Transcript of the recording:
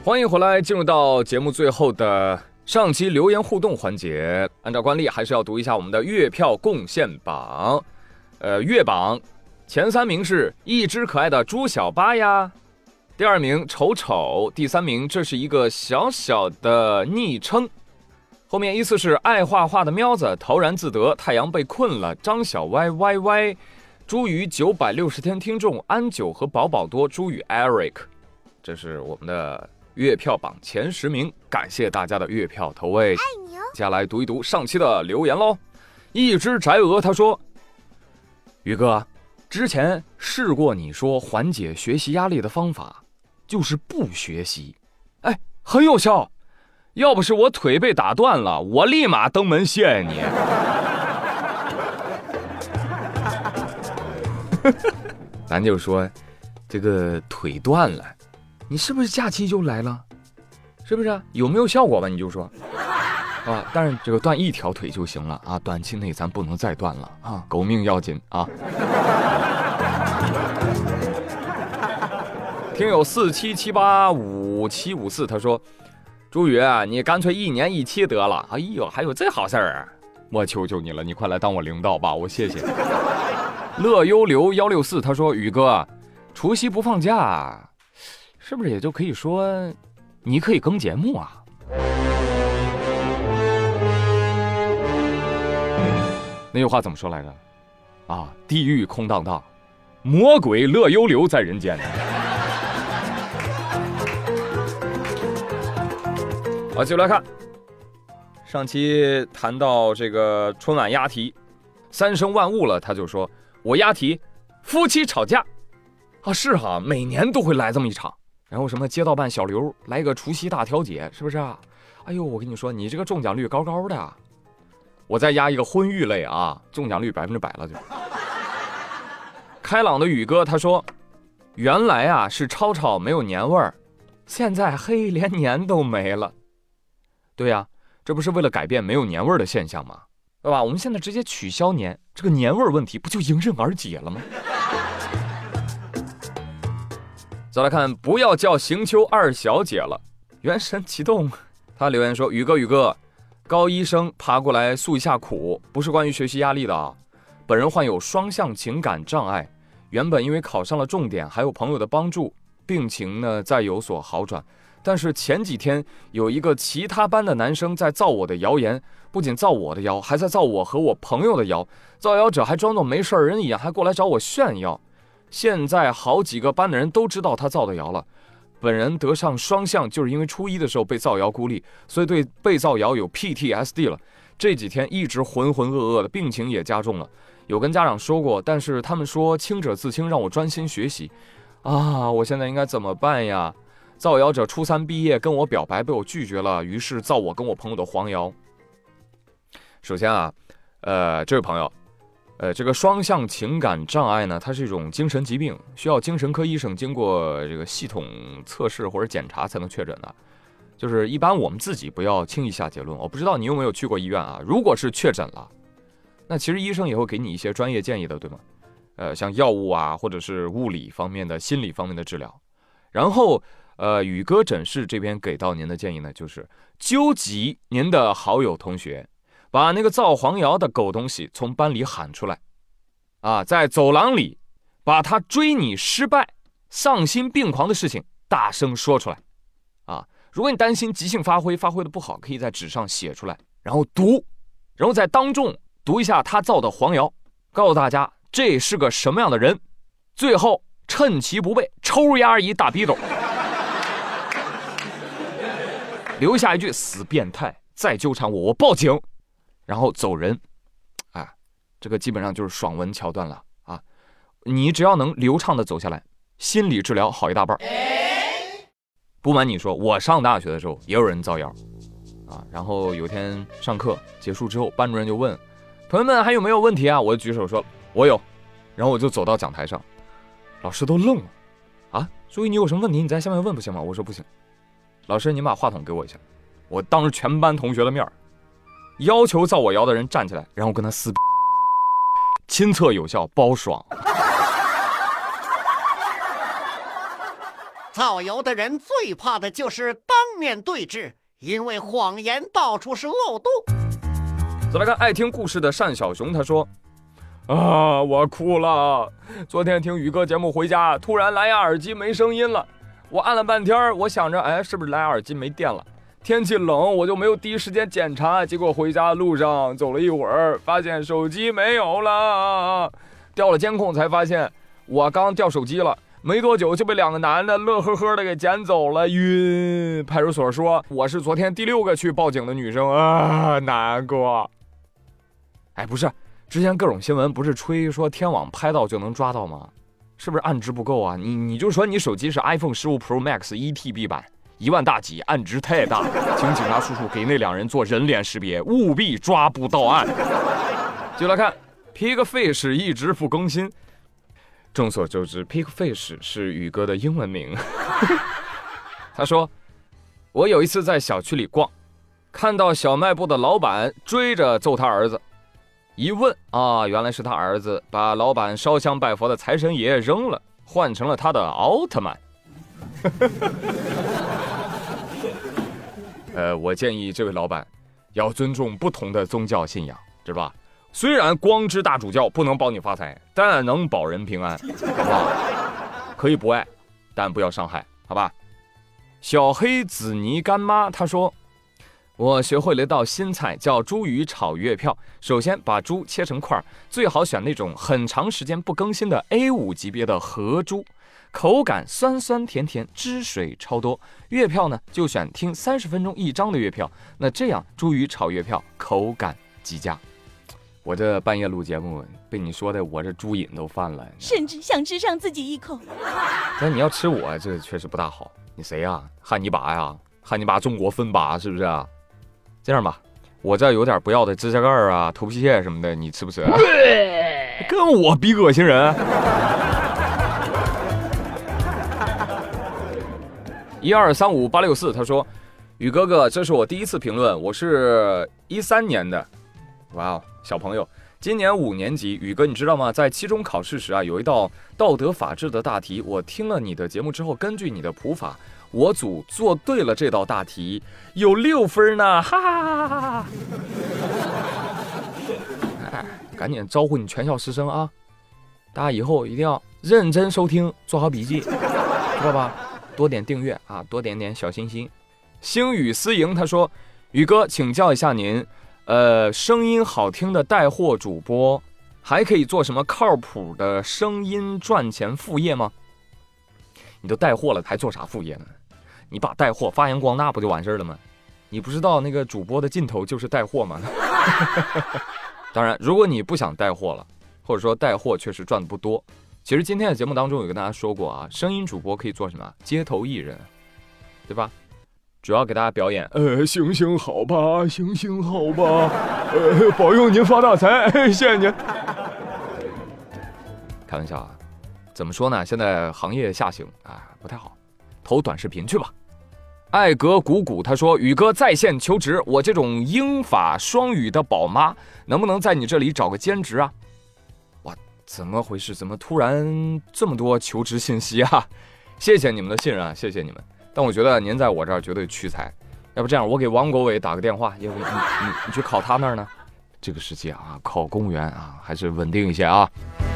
欢迎回来，进入到节目最后的上期留言互动环节。按照惯例，还是要读一下我们的月票贡献榜。月榜前3名是一只可爱的猪小八呀，第2名丑丑，第3名这是一个小小的昵称。后面依次是爱画画的喵子、陶然自得、太阳被困了、张小歪歪歪、朱宇960天听众、安九和宝宝多、朱宇 Eric。这是我们的月票榜前10名，感谢大家的月票投喂。接下来读一读上期的留言喽。一只宅鹅他说，宇哥，之前试过你说缓解学习压力的方法就是不学习，哎，很有效，要不是我腿被打断了，我立马登门谢你。咱就说这个腿断了，你是不是假期就来了？是不是啊？有没有效果吧？你就说啊，但是这个断1条腿就行了啊，短期内咱不能再断了啊，狗命要紧啊。听友47785754他说，朱宇，你干脆1年1期得了。哎呦，还有这好事儿，我求求你了，你快来当我领导吧，我谢谢。乐悠流164他说，宇哥，除夕不放假，是不是也就可以说你可以更节目啊？那句话怎么说来着？啊，地狱空荡荡，魔鬼乐悠流在人间。好，继续来看，上期谈到这个春晚押题，三生万物了，他就说我押题夫妻吵架啊，是哈，每年都会来这么一场，然后什么街道办小刘来个除夕大调解，是不是啊？哎呦，我跟你说，你这个中奖率高高的。我再押一个婚育类啊，中奖率100%了就。开朗的宇哥他说，原来啊是吵吵没有年味儿，现在嘿连年都没了。对呀，这不是为了改变没有年味儿的现象吗？对吧？我们现在直接取消年，这个年味儿问题不就迎刃而解了吗？再来看，不要叫行秋2小姐了，元神启动。他留言说，宇哥，高医生爬过来诉一下苦，不是关于学习压力的啊。本人患有双向情感障碍，原本因为考上了重点，还有朋友的帮助，病情呢再有所好转。但是前几天有一个其他班的男生在造我的谣言，不仅造我的谣，还在造我和我朋友的谣。造谣者还装作没事人一样，还过来找我炫耀。现在好几个班的人都知道他造的谣了。本人得上双向，就是因为初一的时候被造谣孤立，所以对被造谣有 PTSD 了。这几天一直浑浑噩噩的，病情也加重了。有跟家长说过，但是他们说清者自清，让我专心学习。啊，我现在应该怎么办呀？造谣者初3毕业跟我表白被我拒绝了，于是造我跟我朋友的黄谣。首先啊，这位朋友，这个双向情感障碍呢，它是一种精神疾病，需要精神科医生经过这个系统测试或者检查才能确诊的。就是一般我们自己不要轻易下结论。我不知道你有没有去过医院啊？如果是确诊了，那其实医生也会给你一些专业建议的，对吗？像药物啊，或者是物理方面的、心理方面的治疗。然后宇哥诊室这边给到您的建议呢，就是纠集您的好友同学，把那个造黄谣的狗东西从班里喊出来啊，在走廊里把他追你失败、丧心病狂的事情大声说出来啊。如果你担心即兴发挥的不好，可以在纸上写出来，然后读，然后再当众读一下他造的黄谣，告诉大家这是个什么样的人，最后趁其不备抽丫一大逼斗，留下一句死变态，再纠缠我报警，然后走人。啊，这个基本上就是爽文桥段了啊！你只要能流畅的走下来，心理治疗好一大半。不瞒你说，我上大学的时候也有人造谣啊。然后有天上课结束之后，班主任就问同学们还有没有问题啊？我就举手说我有，然后我就走到讲台上，老师都愣了啊，所以你有什么问题你在下面问不行吗？我说不行，老师您把话筒给我一下。我当着全班同学的面要求造我谣的人站起来，然后跟他撕逼，亲测有效，包爽。 造谣的人最怕的就是当面对质，因为谎言到处是漏洞。 再来看爱听故事的单小熊，他说啊，我哭了。昨天听宇哥节目回家，突然蓝牙耳机没声音了，我按了半天，我想着，是不是蓝牙耳机没电了？天气冷，我就没有第一时间检查，结果回家的路上走了一会儿，发现手机没有了，调了监控才发现我刚掉手机了，没多久就被2个男的乐呵呵的给捡走了，晕。派出所说我是昨天第6个去报警的女生啊，难过。不是，之前各种新闻不是吹说天网拍到就能抓到吗？是不是暗值不够啊？你就说你手机是 iPhone 15 Pro Max 1TB 版，1万大几，暗值太大，请警察叔叔给那2人做人脸识别，务必抓捕到案。就来看 Pigfish 一直不更新。众所周知 Pigfish 是宇哥的英文名。他说我有一次在小区里逛，看到小卖部的老板追着揍他儿子，一问原来是他儿子把老板烧香拜佛的财神爷扔了，换成了他的奥特曼。我建议这位老板要尊重不同的宗教信仰，知道吧？虽然光之大主教不能保你发财，但能保人平安，好不好？可以不爱，但不要伤害，好吧？小黑子泥干妈他说，我学会了一道新菜，叫猪鱼炒月票。首先把猪切成块，最好选那种很长时间不更新的 A5 级别的合猪，口感酸酸甜甜，汁水超多。月票呢，就选听30分钟一张的月票，那这样猪鱼炒月票口感极佳。我这半夜录节目，被你说的我这猪瘾都犯了， 甚至想吃上自己一口。 但你要吃我，这确实不大好。你谁呀？汉尼拔呀？汉尼拔中国分拔是不是啊？这样吧，我这有点不要的指甲盖啊、头皮屑什么的，你吃不吃？跟我比恶心人。1235864，他说：“宇哥哥，这是我第一次评论，我是13年的，哇哦，小朋友，今年5年级。宇哥，你知道吗？在期中考试时有一道道德法治的大题，我听了你的节目之后，根据你的普法，我组做对了这道大题，有6分呢，哈哈哈哈！赶紧招呼你全校师生啊！大家以后一定要认真收听，做好笔记，知道吧？多点订阅啊，多点点小心心。星宇思莹他说，宇哥，请教一下您，声音好听的带货主播，还可以做什么靠谱的声音赚钱副业吗？你都带货了，还做啥副业呢？你把带货发扬光大不就完事了吗？你不知道那个主播的尽头就是带货吗？当然，如果你不想带货了，或者说带货确实赚的不多，其实今天的节目当中有跟大家说过啊，声音主播可以做什么？街头艺人，对吧？主要给大家表演，行行好吧，行行好吧，保佑您发大财，谢谢您。开玩笑啊，怎么说呢？现在行业下行啊，不太好，投短视频去吧。艾格谷谷他说，宇哥在线求职，我这种英法双语的宝妈，能不能在你这里找个兼职啊？哇，怎么回事？怎么突然这么多求职信息啊？谢谢你们的信任啊，谢谢你们。但我觉得您在我这儿绝对屈才，要不这样，我给王国伟打个电话，要不你去考他那儿呢？这个世界啊，考公务员啊，还是稳定一些啊。